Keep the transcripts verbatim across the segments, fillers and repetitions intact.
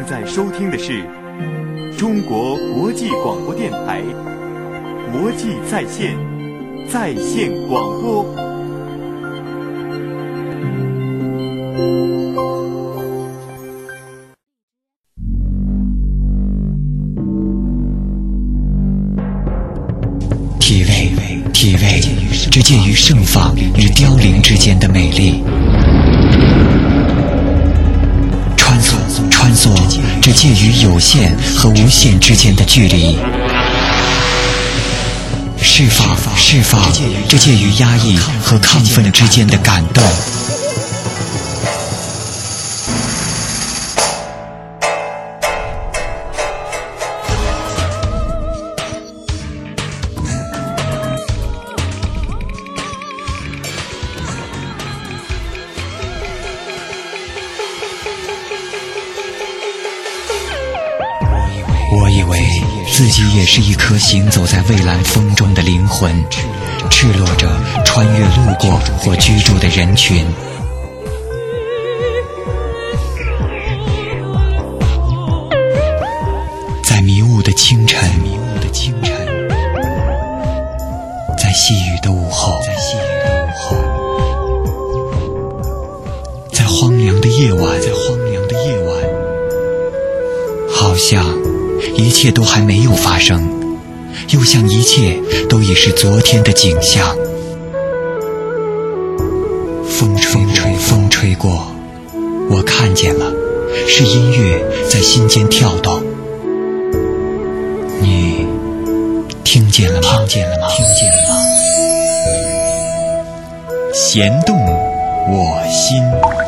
在收听的是中国国际广播电台国际在线在线广播。 体味，体味，这介于盛放与凋零之间的美丽。穿梭，穿梭，这介于有限和无限之间的距离。释放，释放，这介于压抑和亢奋之间的感动。我以为自己也是一颗行走在蔚蓝风中的灵魂，赤裸着穿越路过或居住的人群。在迷雾的清晨，在细雨的午后，在荒凉的夜晚，在荒凉的夜晚，好像一切都还没有发生，又像一切都已是昨天的景象。风吹吹，风吹过，我看见了，是音乐在心间跳动。你听见了吗？听见了吗？听见了吗？弦动我心。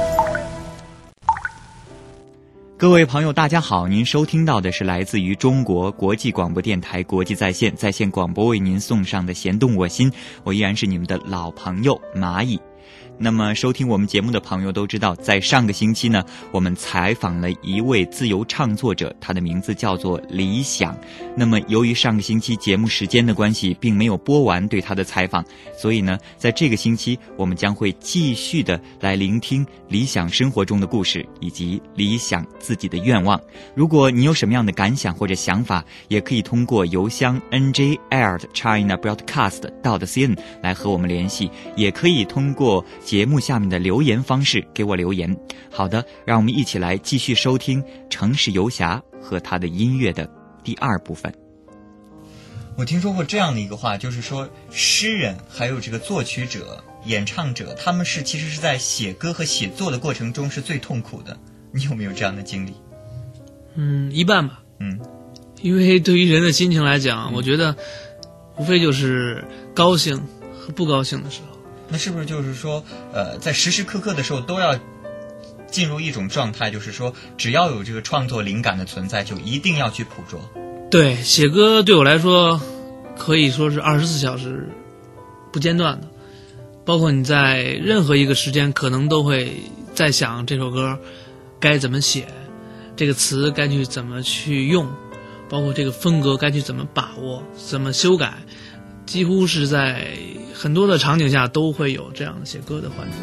各位朋友大家好，您收听到的是来自于中国国际广播电台国际在线在线广播为您送上的弦动我心，我依然是你们的老朋友蚂蚁。那么收听我们节目的朋友都知道，在上个星期呢，我们采访了一位自由唱作者，他的名字叫做李想。那么由于上个星期节目时间的关系并没有播完对他的采访，所以呢在这个星期我们将会继续的来聆听李想生活中的故事以及李想自己的愿望。如果你有什么样的感想或者想法，也可以通过邮箱 n j at china broadcast dot c n 来和我们联系，也可以通过节目下面的留言方式给我留言。好的，让我们一起来继续收听城市游侠和他的音乐的第二部分。 我听说过这样的一个话，就是说诗人还有这个作曲者、演唱者，他们是其实是在写歌和写作的过程中是最痛苦的。你有没有这样的经历？ 嗯，一半吧。 嗯， 因为对于人的心情来讲，我觉得无非就是高兴和不高兴的时候。 那是不是就是说，呃，在时时刻刻的时候都要进入一种状态，就是说，只要有这个创作灵感的存在，就一定要去捕捉。 对，写歌对我来说可以说是二十四小时不间断的，包括你在任何一个时间，可能都会在想这首歌该怎么写，这个词该去怎么去用，包括这个风格该去怎么把握、怎么修改。几乎是在很多的场景下都会有这样的写歌的环境。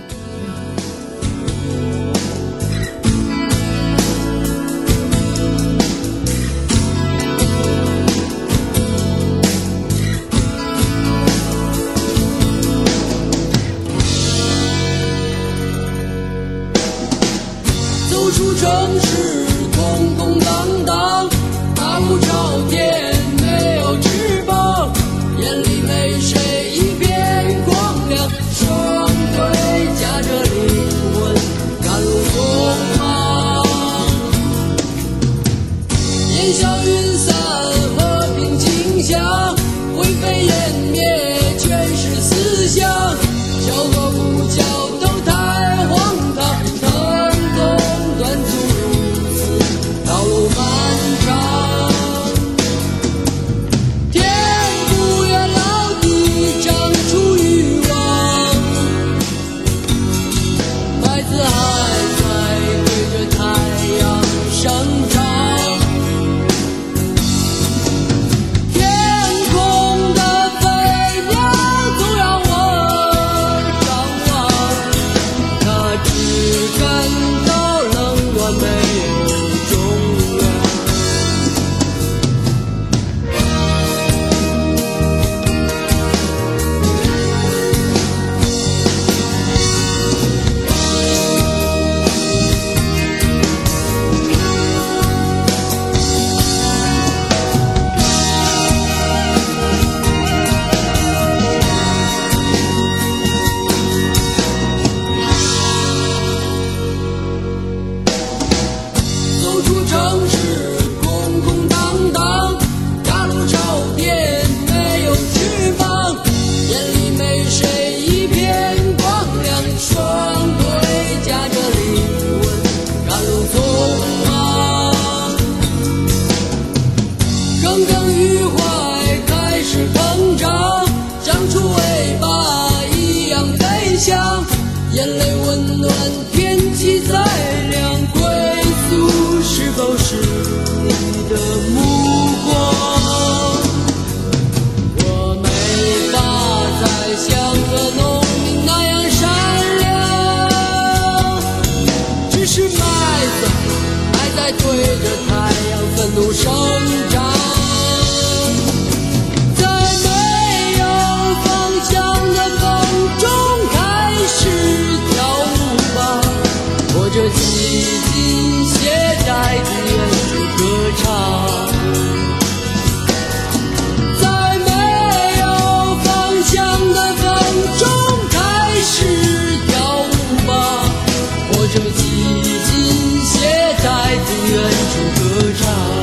走出城市，空空荡荡，大雾朝天，没有翅膀，眼里没谁，一片光亮，双腿夹着灵魂，赶路匆忙。烟消云散，和平景象，灰飞烟灭，全是思想，小过不交头太荒唐，疼痛断足如此，道路漫长。感到冷暖没有终眼泪温暖，天气再凉，归宿是否是你的目光？我没法再像个农民那样善良，只是麦子还在对着太阳愤怒生长。这寂静携带的远处歌唱，在没有方向的风中开始跳舞吧，或者寂静携带的远处歌唱。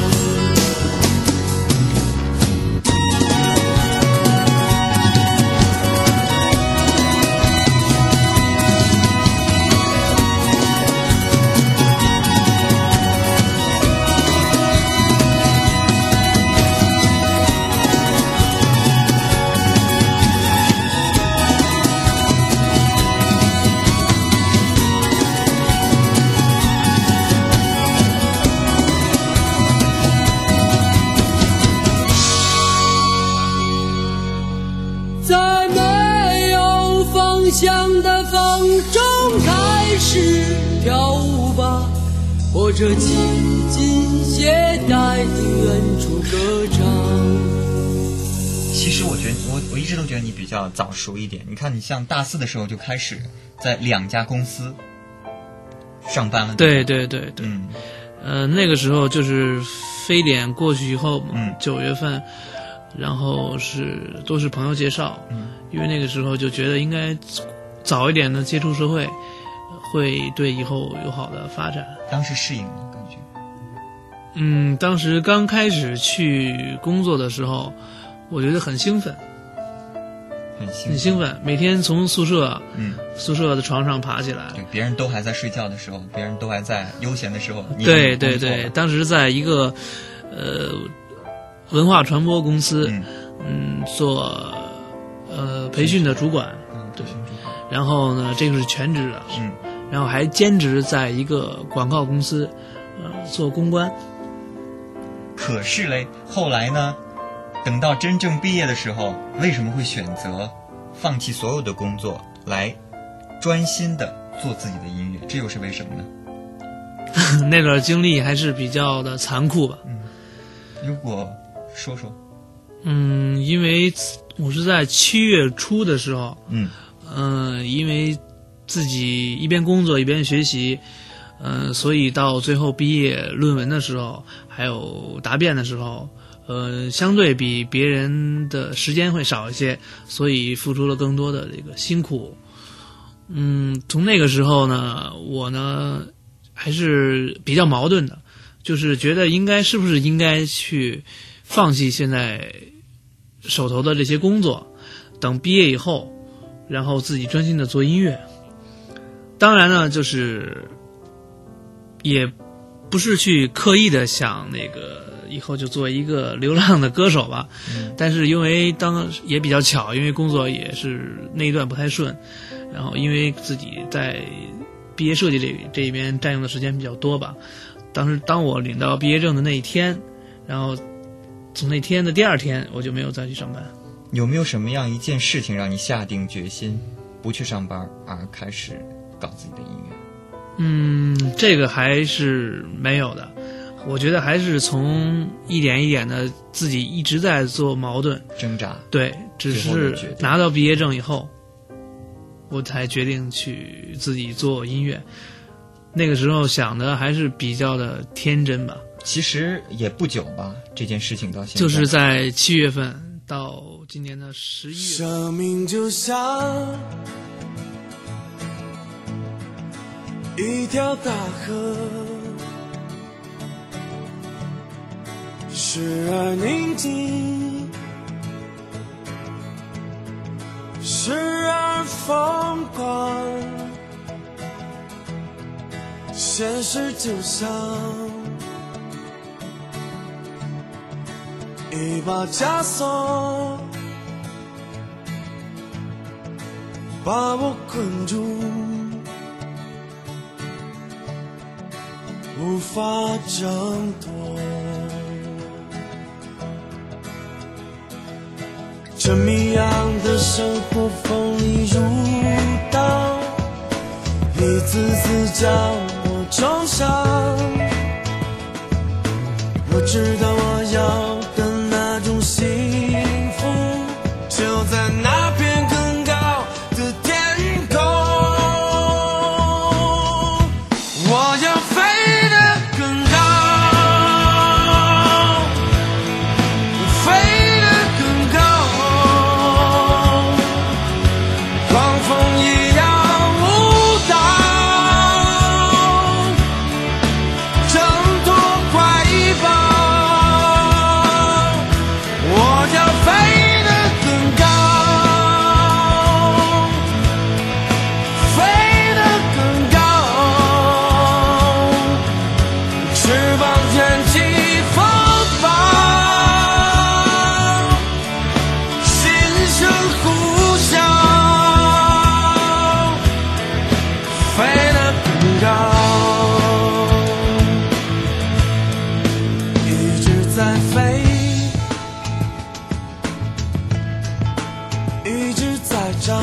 向的风中开始跳舞吧，或者静静携带的远处歌唱。 其实我觉得我我一直都觉得你比较早熟一点。你看，你像大四的时候就开始在两家公司上班了。 对对对对， 嗯， 呃，那个时候就是非典过去以后嘛， 嗯， 九月份。然后是都是朋友介绍， 嗯， 因为那个时候就觉得应该早一点的接触社会，会对以后有好的发展。 当时适应了感觉？ 嗯，当时刚开始去工作的时候，我觉得很兴奋， 很兴奋， 很兴奋。每天从宿舍， 嗯， 宿舍的床上爬起来， 对，别人都还在睡觉的时候，别人都还在悠闲的时候，你对对对，当时在一个呃。文化传播公司，嗯，嗯做呃培训的主管， 嗯， 对，然后呢，这个是全职的， 嗯， 然后还兼职在一个广告公司，呃，做公关。 可是嘞，后来呢，等到真正毕业的时候，为什么会选择放弃所有的工作，来专心的做自己的音乐？这又是为什么呢？ 那段经历还是比较的残酷吧。 嗯，如果说说， 嗯，因为我是在七月初的时候， 嗯， 嗯、呃，因为自己一边工作一边学习，嗯、呃，所以到最后毕业论文的时候，还有答辩的时候，呃，相对比别人的时间会少一些，所以付出了更多的这个辛苦。嗯，从那个时候呢，我呢还是比较矛盾的，就是觉得应该是不是应该去放弃现在手头的这些工作，等毕业以后，然后自己专心的做音乐。当然呢，就是也不是去刻意的想那个以后就做一个流浪的歌手吧，嗯、但是因为当也比较巧，因为工作也是那一段不太顺，然后因为自己在毕业设计这这一边占用的时间比较多吧。当时当我领到毕业证的那一天，然后从那天的第二天我就没有再去上班。 有没有什么样一件事情让你下定决心不去上班，而开始搞自己的音乐？ 嗯，这个还是没有的。我觉得还是从一点一点的自己一直在做矛盾挣扎。 对，只是拿到毕业证以后，我才决定去自己做音乐。那个时候想的还是比较的天真吧。 其实也不久吧，这件事情到现在就是在七月份到今年的十一月。 生命就像一条大河，时而宁静，时而疯狂。现实就像一把枷锁， 把我困住，无法挣脱。这谜样的生活锋利如刀，一次次将我重伤。我知道我要的那种幸福，就在那片更高的天空。我要飞得更高，飞得更高，狂风一样舞蹈，挣脱怀抱。我要飞得更高，飞得更高，翅膀卷起风暴，心声呼啸，飞得更高，一直在飞，一直在找，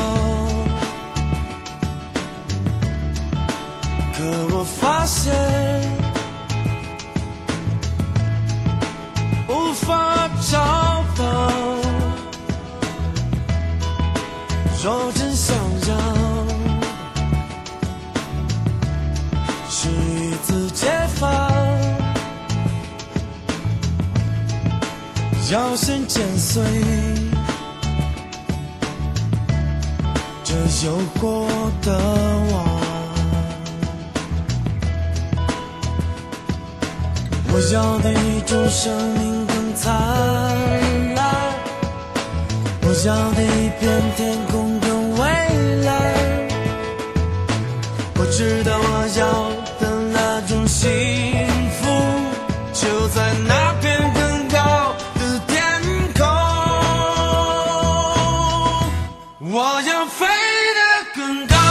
可我发现无法找到。若真想要，是一次解放，要先剪碎这诱惑的网。我要的一种生命更灿烂，我要的一片天空更蔚蓝。我知道我要的那种幸福，就在那片更高的天空。我要飞得更高，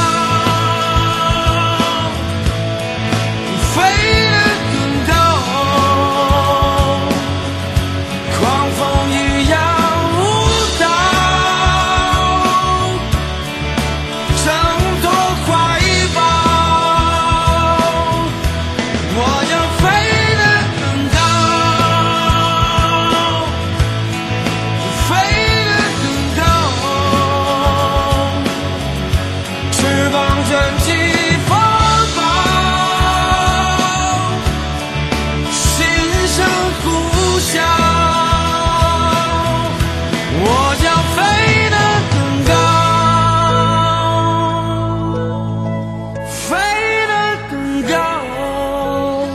飞得更高，狂风一样舞蹈，挣脱怀抱。我要飞得更高，飞得更高，翅膀卷起风暴，心声呼啸。我要飞得更高，飞得更高，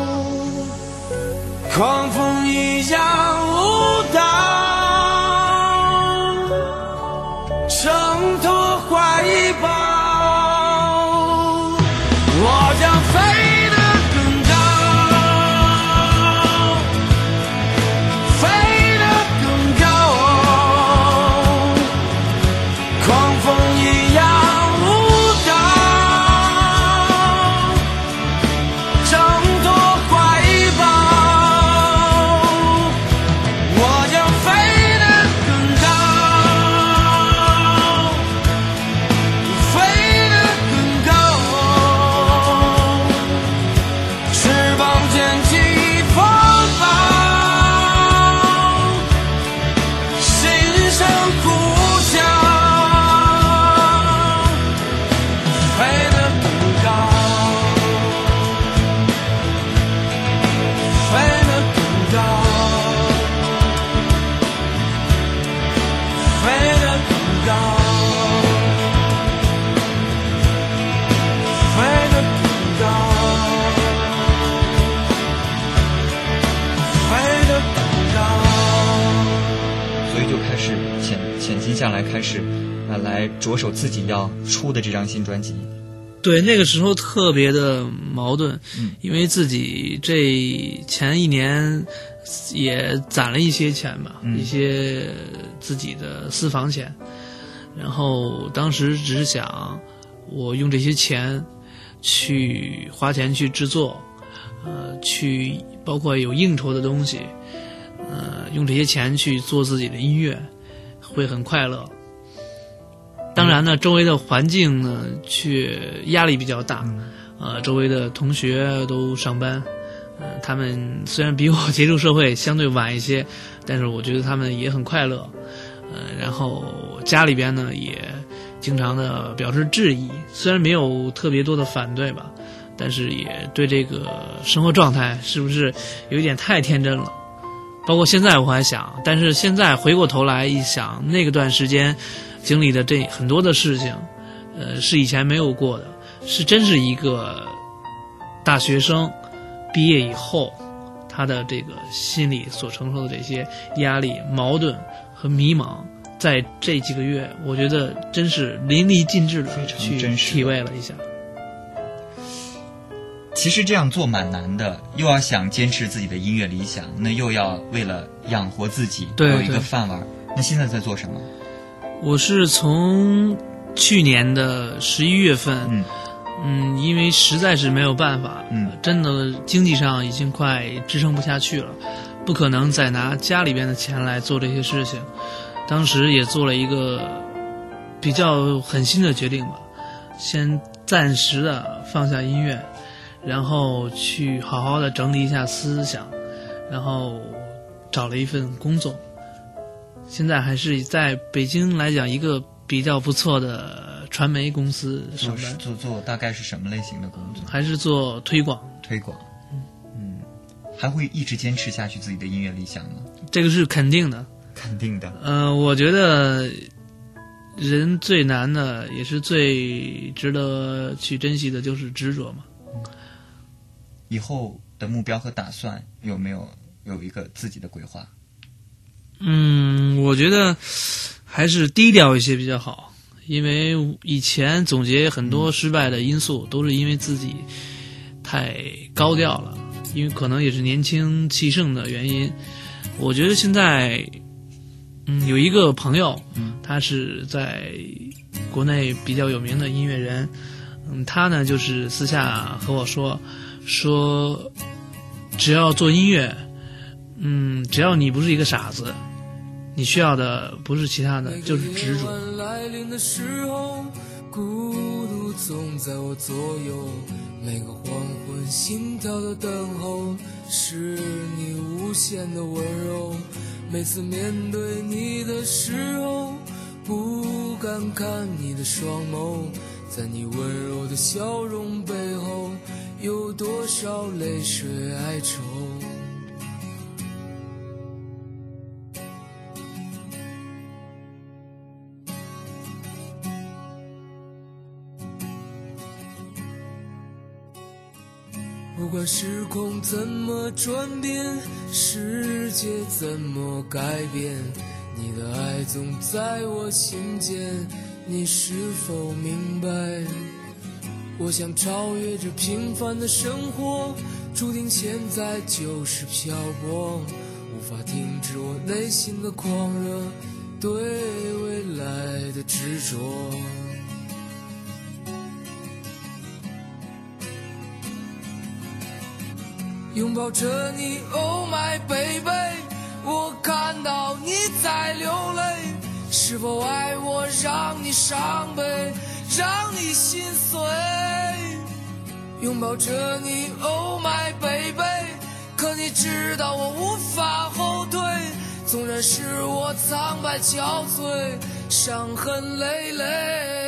狂风一样舞蹈，挣脱怀抱。我要飞得更高，飞得更高，狂风一样舞蹈，挣脱怀抱。我要飞得更高，飞得更高，翅膀卷起风暴，心声呼啸，飞得更高，飞得更高，飞得更高，飞得更高，飞得更高。 所以就开始潜潜心下来，开始啊来着手自己要出的这张新专辑。 对，那个时候特别的矛盾， 嗯因为自己这前一年也攒了一些钱吧， 嗯一些自己的私房钱， 然后当时只是想，我用这些钱去花钱去制作，呃，去包括有应酬的东西，呃，用这些钱去做自己的音乐，会很快乐。当然呢，周围的环境呢，却压力比较大，呃，周围的同学都上班，呃，他们虽然比我接触社会相对晚一些，但是我觉得他们也很快乐，呃，然后家里边呢也经常的表示质疑，虽然没有特别多的反对吧，但是也对这个生活状态是不是有一点太天真了。包括现在我还想，但是现在回过头来一想，那个段时间经历的这很多的事情，呃，是以前没有过的，是真是一个大学生毕业以后，他的这个心里所承受的这些压力、矛盾和迷茫，在这几个月，我觉得真是淋漓尽致的去体味了一下。 其实这样做蛮难的，又要想坚持自己的音乐理想，那又要为了养活自己对有一个饭碗。那现在在做什么？ 我是从去年的十一月份， 嗯嗯，因为实在是没有办法， 嗯， 真的经济上已经快支撑不下去了，不可能再拿家里边的钱来做这些事情。当时也做了一个比较狠心的决定吧，先暂时的放下音乐，然后去好好的整理一下思想，然后找了一份工作。现在还是在北京来讲一个比较不错的传媒公司上班。 做做大概是什么类型的工作？ 还是做推广。 推广。嗯，还会一直坚持下去自己的音乐理想吗？ 这个是肯定的。 肯定的。 呃，我觉得人最难的，也是最值得去珍惜的，就是执着嘛。 以后的目标和打算有没有有一个自己的规划？ 嗯，我觉得还是低调一些比较好，因为以前总结很多失败的因素，都是因为自己太高调了，因为可能也是年轻气盛的原因。我觉得现在，嗯，有一个朋友，他是在国内比较有名的音乐人，嗯，他呢就是私下和我说，说只要做音乐，嗯，只要你不是一个傻子，你需要的不是其他的，就是执着。 来临的时候，孤独总在我左右，每个黄昏心跳的等候，是你无限的温柔。每次面对你的时候，不敢看你的双眸，在你温柔的笑容背后，有多少泪水哀愁。不管时空怎么转变，世界怎么改变，你的爱总在我心间，你是否明白？我想超越这平凡的生活，注定现在就是漂泊，无法停止我内心的狂热，对未来的执着。拥抱着你 Oh my baby， 我看到你在流泪，是否爱我让你伤悲，让你心碎。拥抱着你 Oh my baby， 可你知道我无法后退，纵然是我苍白憔悴，伤痕累累。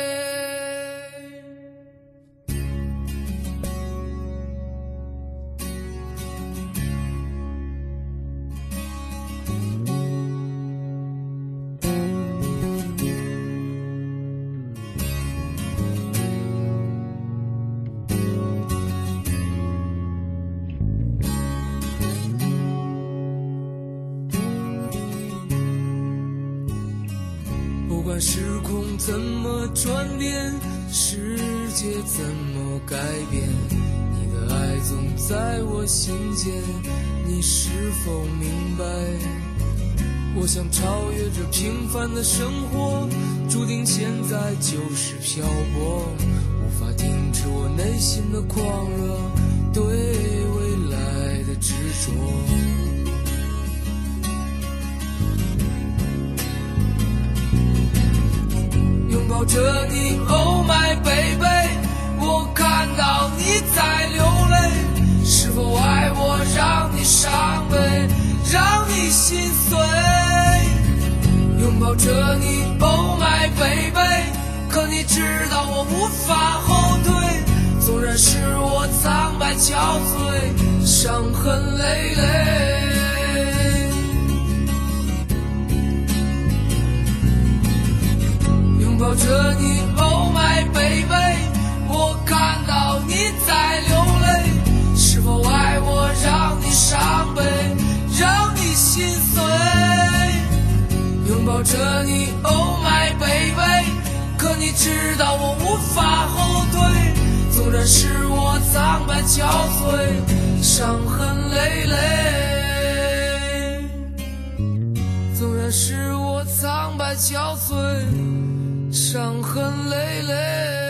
不管时空怎么转变，世界怎么改变，你的爱总在我心间，你是否明白？ 我想超越这平凡的生活，注定现在就是漂泊，无法停止我内心的狂热，对未来的执着。拥抱着你 Oh my baby， 我看到你在流泪，是否爱我让你伤悲，让你心碎？拥抱着你 Oh my baby， 可你知道我无法后退，纵然是我苍白憔悴，伤痕累累。拥抱着你 Oh my baby， 我看到你在流泪，是否爱我让你伤悲，让你心碎？拥抱着你 Oh my baby， 可你知道我无法后退，纵然是我苍白憔悴，伤痕累累。纵然是我苍白憔悴，伤痕累累。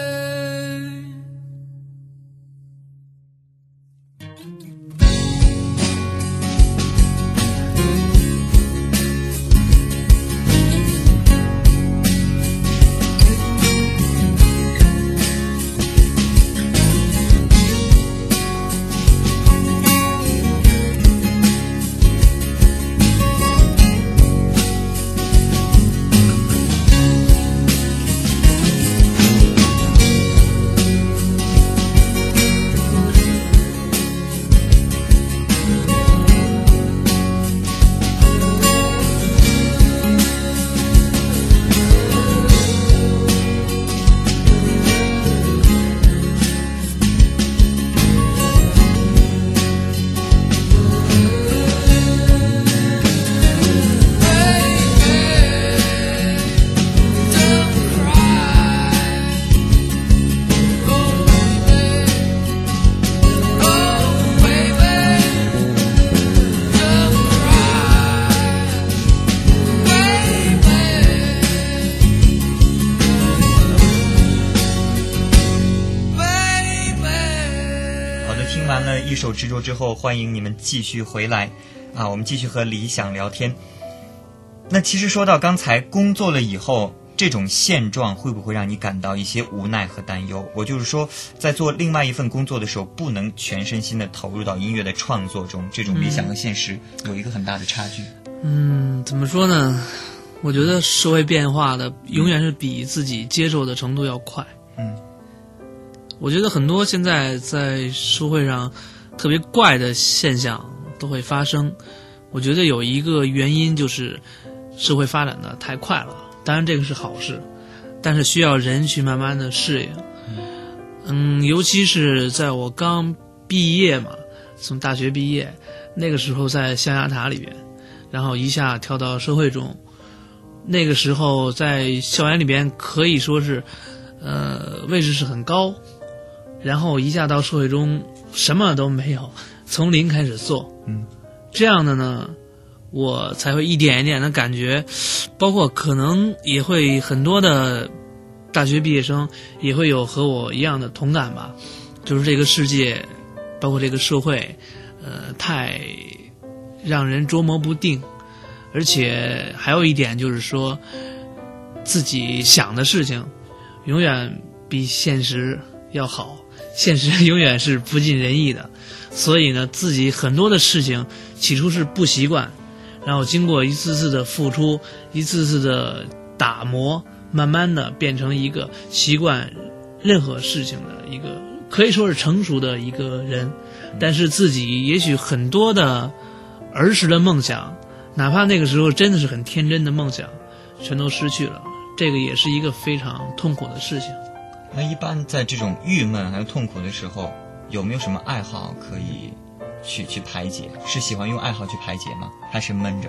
一首执着之后，欢迎你们继续回来啊！我们继续和理想聊天。那其实说到刚才工作了以后，这种现状会不会让你感到一些无奈和担忧？我就是说，在做另外一份工作的时候，不能全身心的投入到音乐的创作中，这种理想和现实有一个很大的差距。 嗯，怎么说呢？我觉得社会变化的永远是比自己接受的程度要快。 嗯， 我觉得很多现在在社会上特别怪的现象都会发生，我觉得有一个原因就是社会发展的太快了，当然这个是好事，但是需要人去慢慢的适应。嗯，尤其是在我刚毕业嘛，从大学毕业那个时候在象牙塔里边，然后一下跳到社会中，那个时候在校园里边可以说是呃位置是很高，然后一下到社会中什么都没有，从零开始做。 嗯， 这样的呢我才会一点一点的感觉，包括可能也会很多的大学毕业生也会有和我一样的同感吧，就是这个世界包括这个社会呃太让人捉摸不定，而且还有一点就是说自己想的事情永远比现实要好，现实永远是不尽人意的，所以呢自己很多的事情起初是不习惯，然后经过一次次的付出，一次次的打磨，慢慢的变成一个习惯任何事情的一个可以说是成熟的一个人。但是自己也许很多的儿时的梦想，哪怕那个时候真的是很天真的梦想，全都失去了，这个也是一个非常痛苦的事情。 那一般在这种郁闷还有痛苦的时候，有没有什么爱好可以去去排解？是喜欢用爱好去排解吗？还是闷着？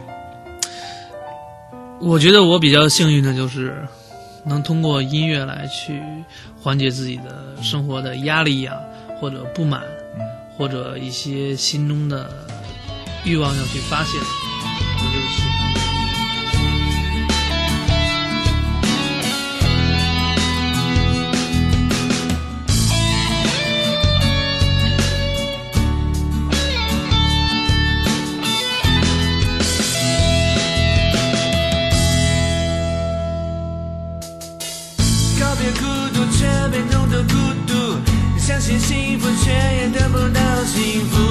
我觉得我比较幸运的就是能通过音乐来去缓解自己的生活的压力呀、啊，或者不满、嗯，或者一些心中的欲望要去发泄，我就是喜欢。 幸福却也得不到幸福。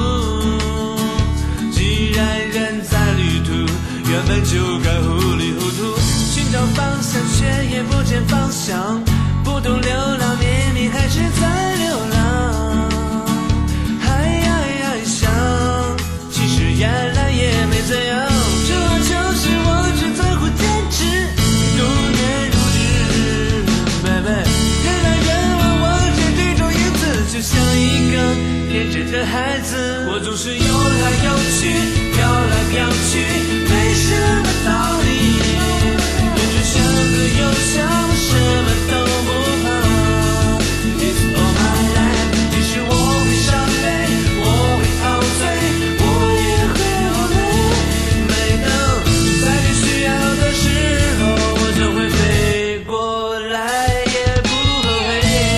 既然人在旅途，原本就该糊里糊涂，寻找方向却也不见方向，不懂流浪，明明还是在流浪。还爱想，其实原来也没怎样。这就是我只在乎坚持，如年如日 ，baby。人来人往，我只追逐一次，就像一个天真的孩子。我总是游来游去，飘来飘去，没什么道理。人就像个游侠，我什么都不怕。It's all my life。即使我会伤悲，我会陶醉，我也会落泪。每当在你需要的时候，我就会飞过来，也不后悔。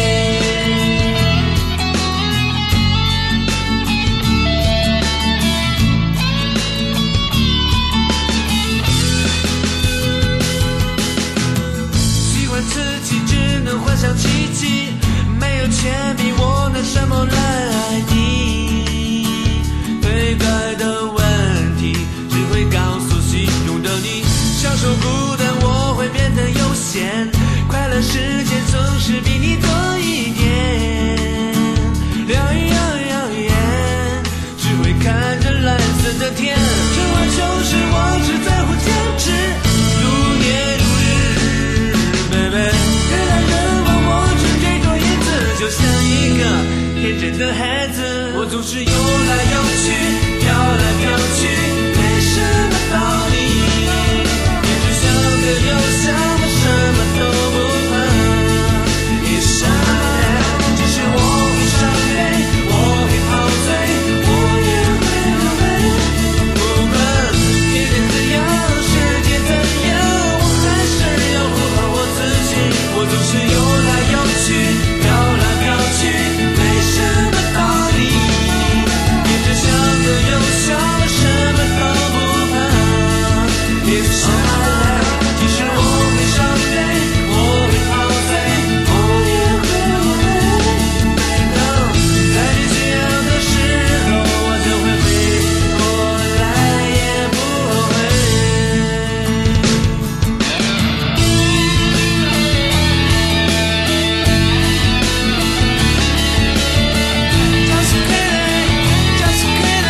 习惯自己只能幻想奇迹，没有钱逼我拿什么来爱你。对待的问题只会告诉心中的你，享受孤单我会变得悠闲，快乐时间总是比你多一点。亮亮亮眼，只会看着蓝色的天。这就是我只在乎坚持，如年如日 ，baby。人来人往，我只追逐一次，就像一个天真的孩子。我总是游来游去，飘来飘去，没什么道理。也就像个游侠，我什么都不怕。一闪，即使我会伤悲，我会陶醉，我也会落泪。不管天气怎样，世界怎样，我还是要护好我自己。我总是游来游去，飘来飘去，没什么道理。也就像个游侠，我什么都不怕。It's all my life。即使我会伤悲，我会陶醉，我也会落泪。每当在你需要的时候，我就会飞过来，也不后悔。Just kidding, just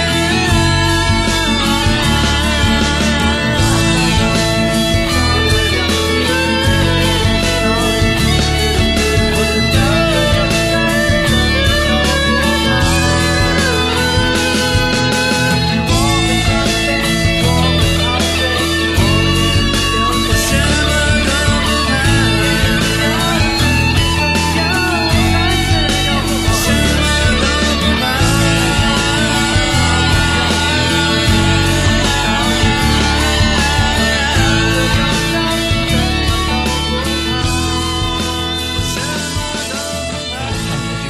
kidding。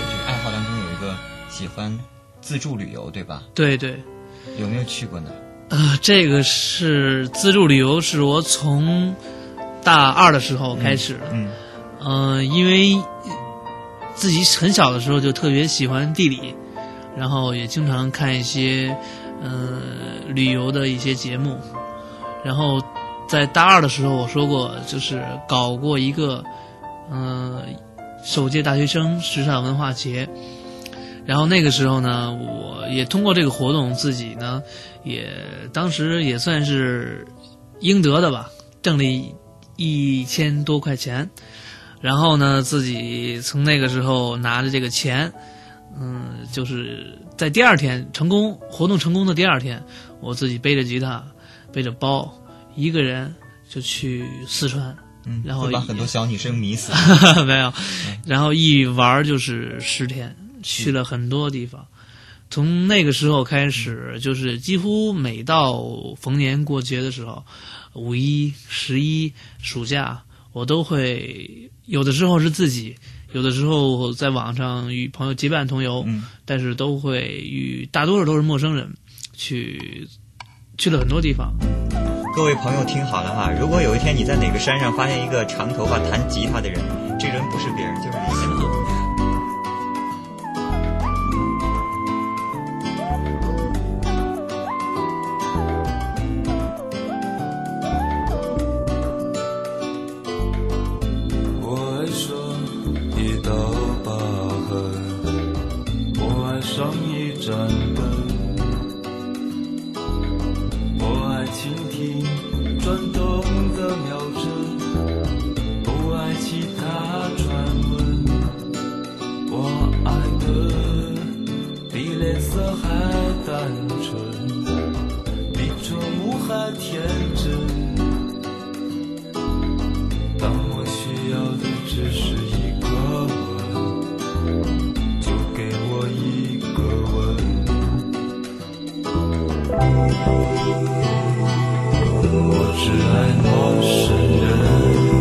喜欢自助旅游，对吧？ 对对， 有没有去过呢？ 呃，这个是自助旅游，是我从大二的时候开始的。 嗯， 呃，因为自己很小的时候就特别喜欢地理，然后也经常看一些呃旅游的一些节目，然后在大二的时候我说过，就是搞过一个呃首届大学生时尚文化节。然后那个时候呢，我也通过这个活动，自己呢也当时也算是应得的吧，挣了一一千多块钱。然后呢，自己从那个时候拿着这个钱，嗯，就是在第二天成功活动成功的第二天，我自己背着吉他，背着包，一个人就去四川。 嗯， 然后会把很多小女生迷死。 没有，然后一玩就是十天。去了很多地方，从那个时候开始，就是几乎每到逢年过节的时候，五一、十一、暑假，我都会有的时候是自己，有的时候在网上与朋友结伴同游， 嗯， 但是都会与大多数都是陌生人去去了很多地方。 各位朋友听好了哈，如果有一天你在哪个山上发现一个长头发弹吉他的人，这人不是别人，就是你自己。 爱上一盏灯，我爱倾听转动的秒针，不爱其他传闻。我爱的比脸色还单纯，比宠物还天真。当我需要的只是一个吻，就给我一个吻。我只爱陌生人。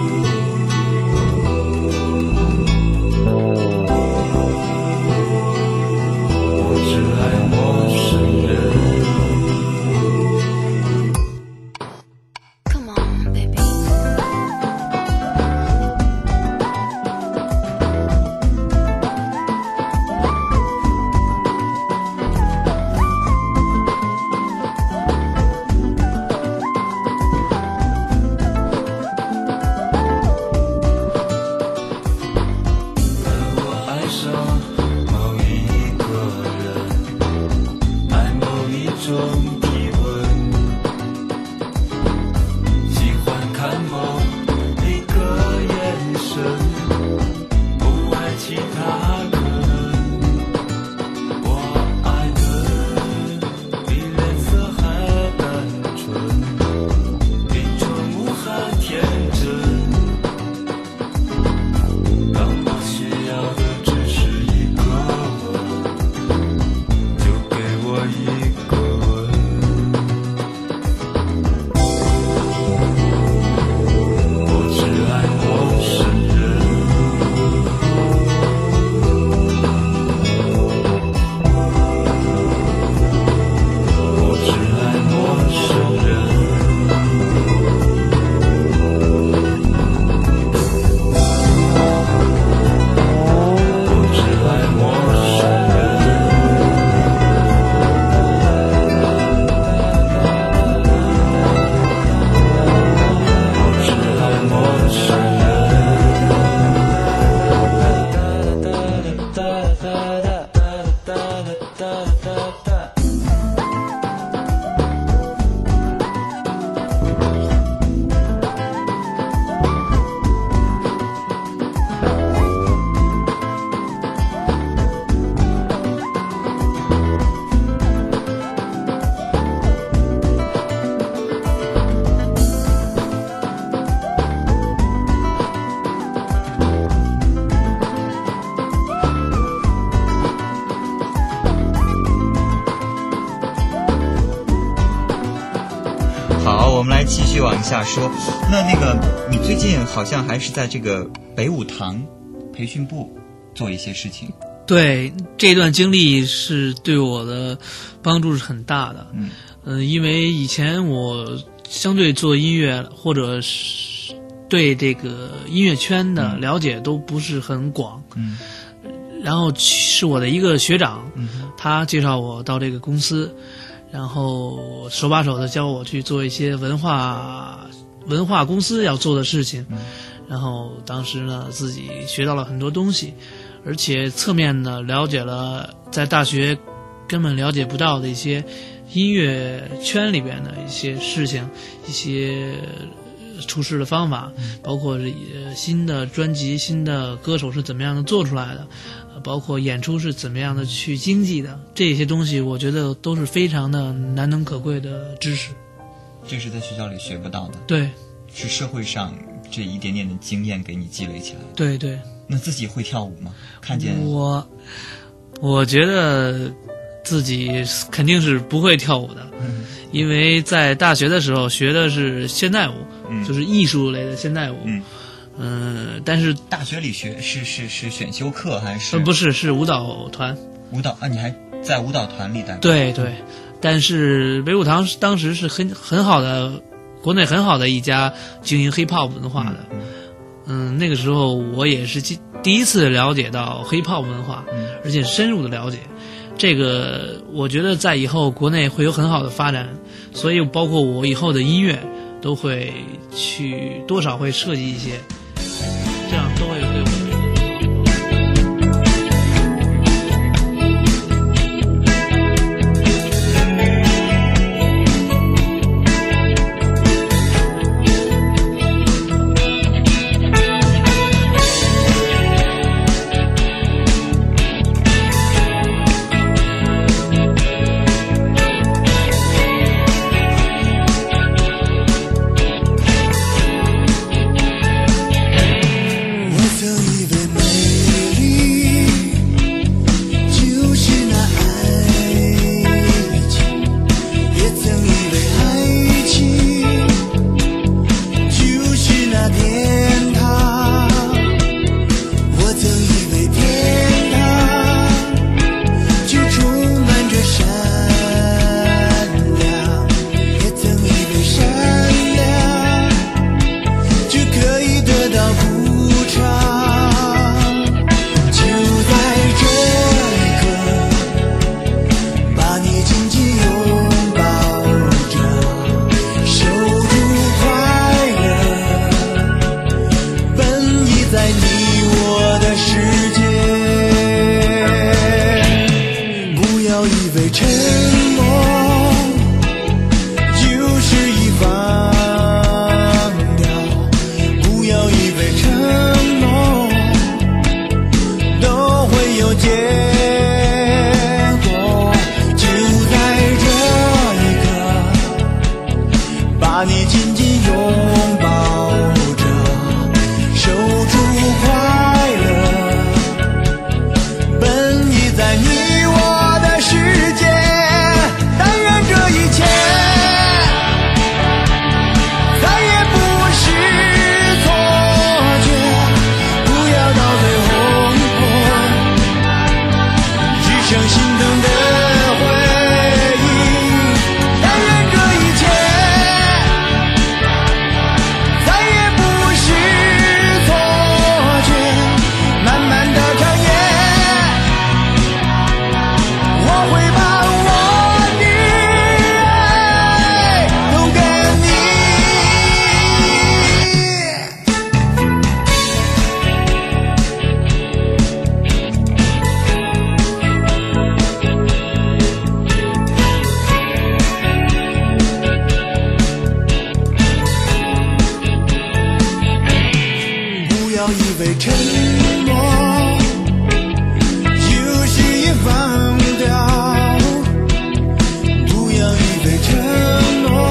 我们来继续往下说。那那个，你最近好像还是在这个北舞堂培训部做一些事情。 对，这段经历是对我的帮助是很大的。 嗯， 呃，因为以前我相对做音乐或者是对这个音乐圈的了解都不是很广。 嗯， 然后是我的一个学长， 嗯， 他介绍我到这个公司。然后手把手的教我去做一些文化文化公司要做的事情， 嗯， 然后当时呢自己学到了很多东西，而且侧面的了解了在大学根本了解不到的一些音乐圈里边的一些事情，一些处事的方法，包括新的专辑、新的歌手是怎么样的做出来的，包括演出是怎么样的去经济的，这些东西我觉得都是非常的难能可贵的知识。 这是在学校里学不到的， 对， 是社会上这一点点的经验给你积累起来的。 对对。 那自己会跳舞吗？看见我，我觉得自己肯定是不会跳舞的， 嗯， 因为在大学的时候学的是现代舞， 嗯， 就是艺术类的现代舞。 嗯。 嗯，但是大学里学是是是选修课还是？ 呃，不是，是舞蹈团。 舞蹈啊，你还在舞蹈团里待过？ 对对，但是北舞堂当时是很很好的，国内很好的一家经营 hiphop 文化的。 嗯， 嗯，那个时候我也是第一次了解到 hiphop 文化， 嗯， 而且深入的了解。这个我觉得在以后国内会有很好的发展，所以包括我以后的音乐都会去多少会设计一些。这样都会对我。 非沉默，游戏也放掉，不要一非承诺，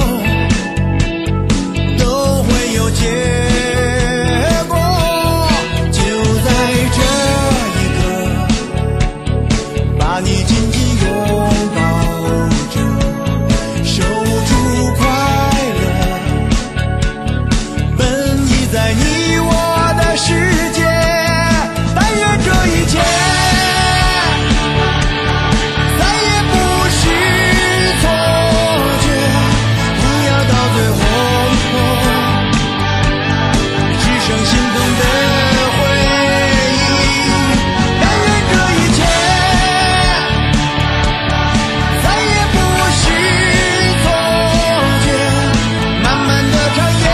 都会有结果。就在这一刻，把你紧紧拥抱着，守住快乐，奔逸在你我的世界。但愿这一切再也不是错觉，不要到最后只剩心疼的回忆。但愿这一切再也不是错觉，慢慢的长夜，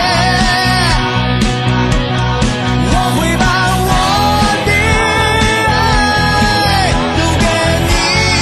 我会把我的爱留给你。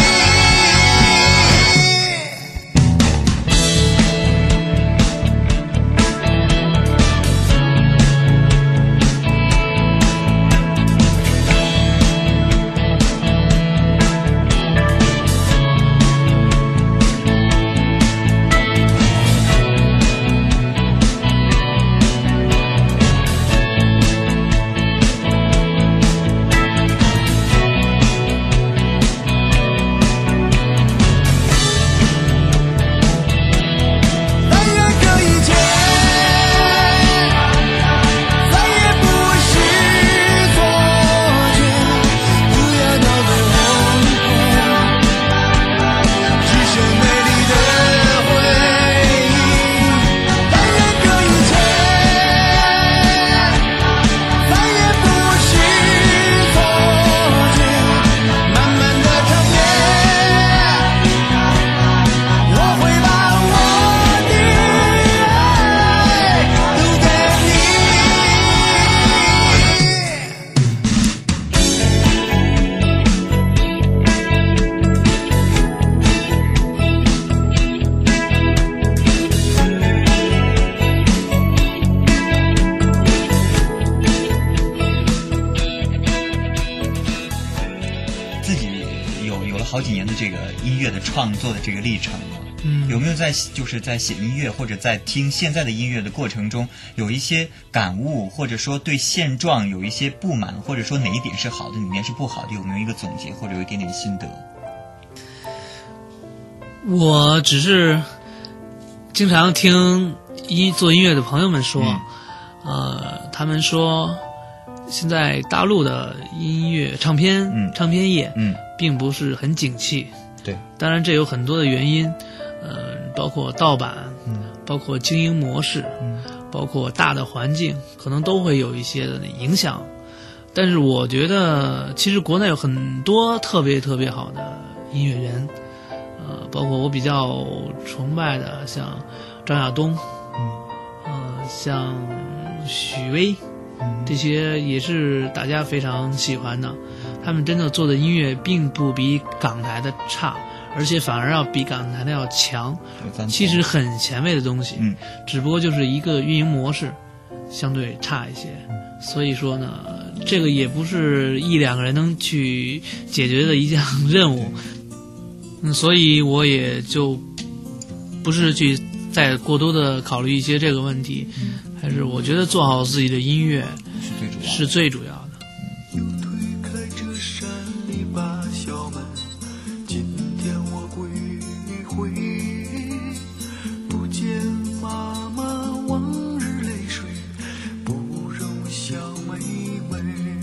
但愿这一切再也不是错觉，不要到最后只剩美丽的回忆。但愿这一切再也不是错觉，慢慢的长夜，我会把我的爱留给你。 自己有有了好几年的这个音乐的创作的这个历程了， 嗯有没有在就是在写音乐或者在听现在的音乐的过程中，有一些感悟，或者说对现状有一些不满，或者说哪一点是好的，哪一点是不好的，有没有一个总结或者有一点点心得？ 我只是经常听音做音乐的朋友们说，呃，他们说现在大陆的音乐唱片、 嗯唱片业， 嗯， 并不是很景气。 对， 当然这有很多的原因，呃，包括盗版， 嗯包括经营模式， 嗯包括大的环境，可能都会有一些的影响。但是我觉得，其实国内有很多特别特别好的音乐人，呃，包括我比较崇拜的，像张亚东， 嗯呃，像许巍， 嗯这些也是大家非常喜欢的。他们真的做的音乐并不比港台的差，而且反而要比港台的要强。 有咱其实很前卫的东西， 嗯只不过就是一个运营模式相对差一些。所以说呢，这个也不是一两个人能去解决的一项任务。嗯，所以我也就不是去再过多的考虑一些这个问题，还是我觉得做好自己的音乐是最主要的。 是最主要的。 又推开这扇篱笆小门，今天我归回，不见妈妈往日泪水，不容小妹妹。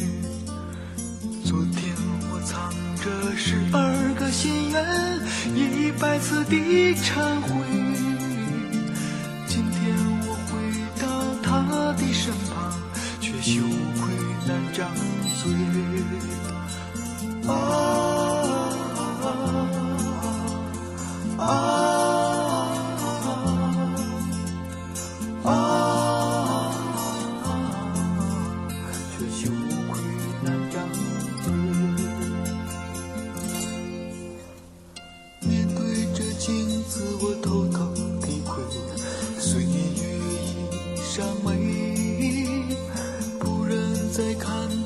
昨天我藏着十二个心愿，一百次的忏悔。今天我回到她的身旁，却羞愧难张嘴。啊啊啊啊！却羞愧难张嘴。面对着镜子，我偷偷体会，岁月已伤眉，不忍再看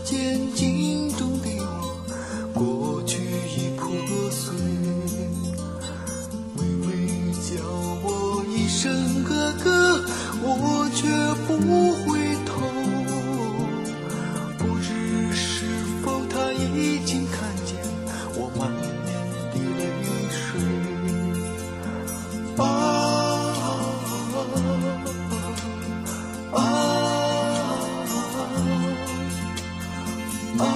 声哥哥，我绝不回头。不知是否他已经看见我满面的泪水。啊啊啊！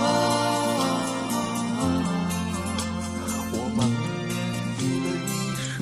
我满面的泪水。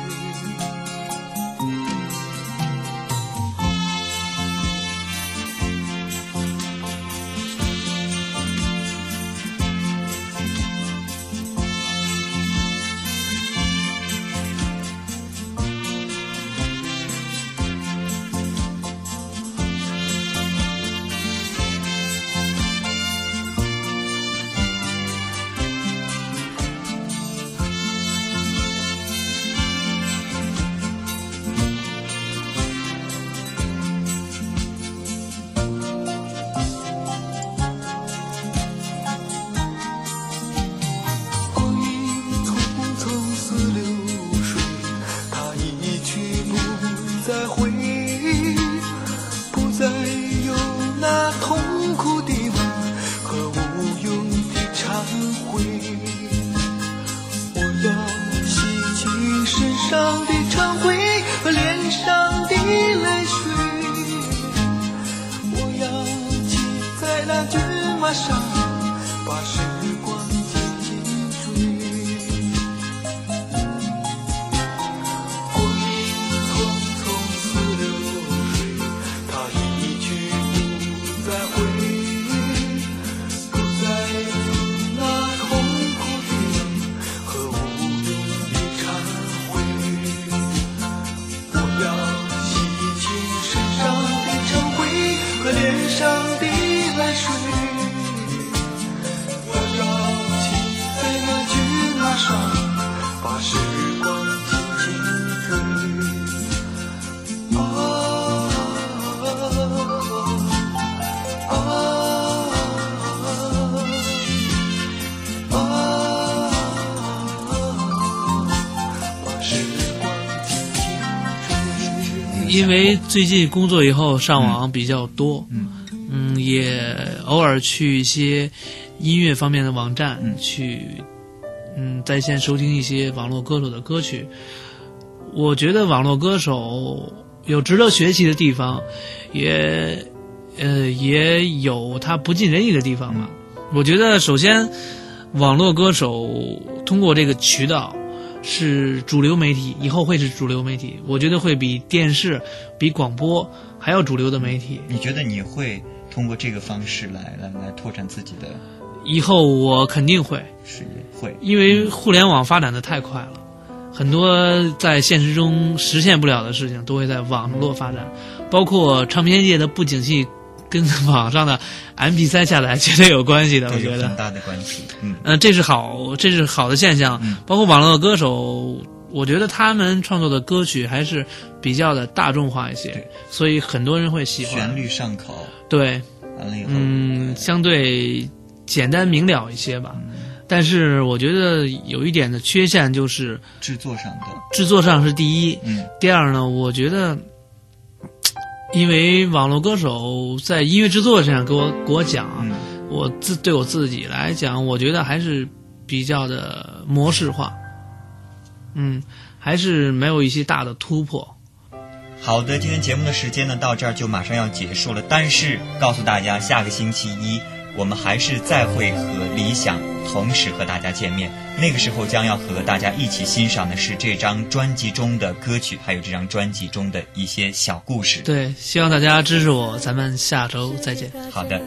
因为最近工作以后上网比较多， 嗯嗯，也偶尔去一些音乐方面的网站、 嗯、 去，嗯，在线收听一些网络歌手的歌曲。我觉得网络歌手有值得学习的地方，也，呃，也有他不尽人意的地方吧。我觉得首先，网络歌手通过这个渠道。是主流媒体，以后会是主流媒体，我觉得会比电视、比广播还要主流的媒体。 你觉得你会通过这个方式来来来拓展自己的？ 以后我肯定会， 是会， 因为互联网发展的太快了，很多在现实中实现不了的事情都会在网络发展，包括唱片界的不景气。跟网上的 M P 三 下载绝对有关系的，我觉得有很大的关系。嗯， 呃，这是好，这是好的现象。 嗯， 包括网络歌手，我觉得他们创作的歌曲还是比较的大众化一些，所以很多人会喜欢。 旋律上口。 对， 完了以后， 嗯，相对简单明了一些吧。嗯，但是我觉得有一点的缺陷就是制作上的。 制作上是第一。 嗯， 第二呢，我觉得。因为网络歌手在音乐制作上给我给我讲、啊嗯，我自对我自己来讲，我觉得还是比较的模式化，嗯，还是没有一些大的突破。 好的，今天节目的时间呢到这儿就马上要结束了，但是告诉大家，下个星期一我们还是再会和理想同时和大家见面，那个时候将要和大家一起欣赏的是这张专辑中的歌曲，还有这张专辑中的一些小故事。 对，希望大家支持我，咱们下周再见。 好的，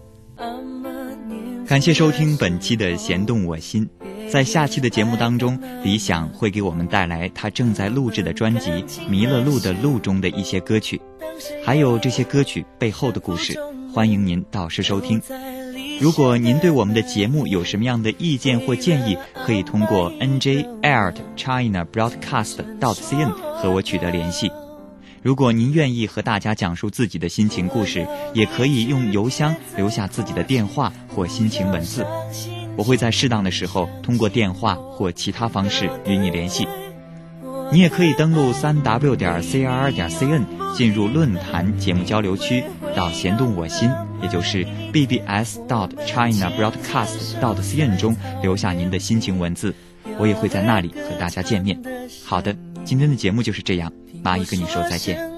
感谢收听本期的弦动我心。在下期的节目当中，理想会给我们带来他正在录制的专辑《迷了路的路》中的一些歌曲，还有这些歌曲背后的故事，欢迎您到时收听。如果您对我们的节目有什么样的意见或建议，可以通过 n j at china broadcast dot c n 和我取得联系。如果您愿意和大家讲述自己的心情故事，也可以用邮箱留下自己的电话或心情文字，我会在适当的时候通过电话或其他方式与你联系。 你也可以登录三 w 点 c r r 点 c n 进入论坛节目交流区，到弦动我心，也就是 b b s dot china broadcast dot c n 中留下您的心情文字，我也会在那里和大家见面。好的，今天的节目就是这样，蚂蚁跟你说再见。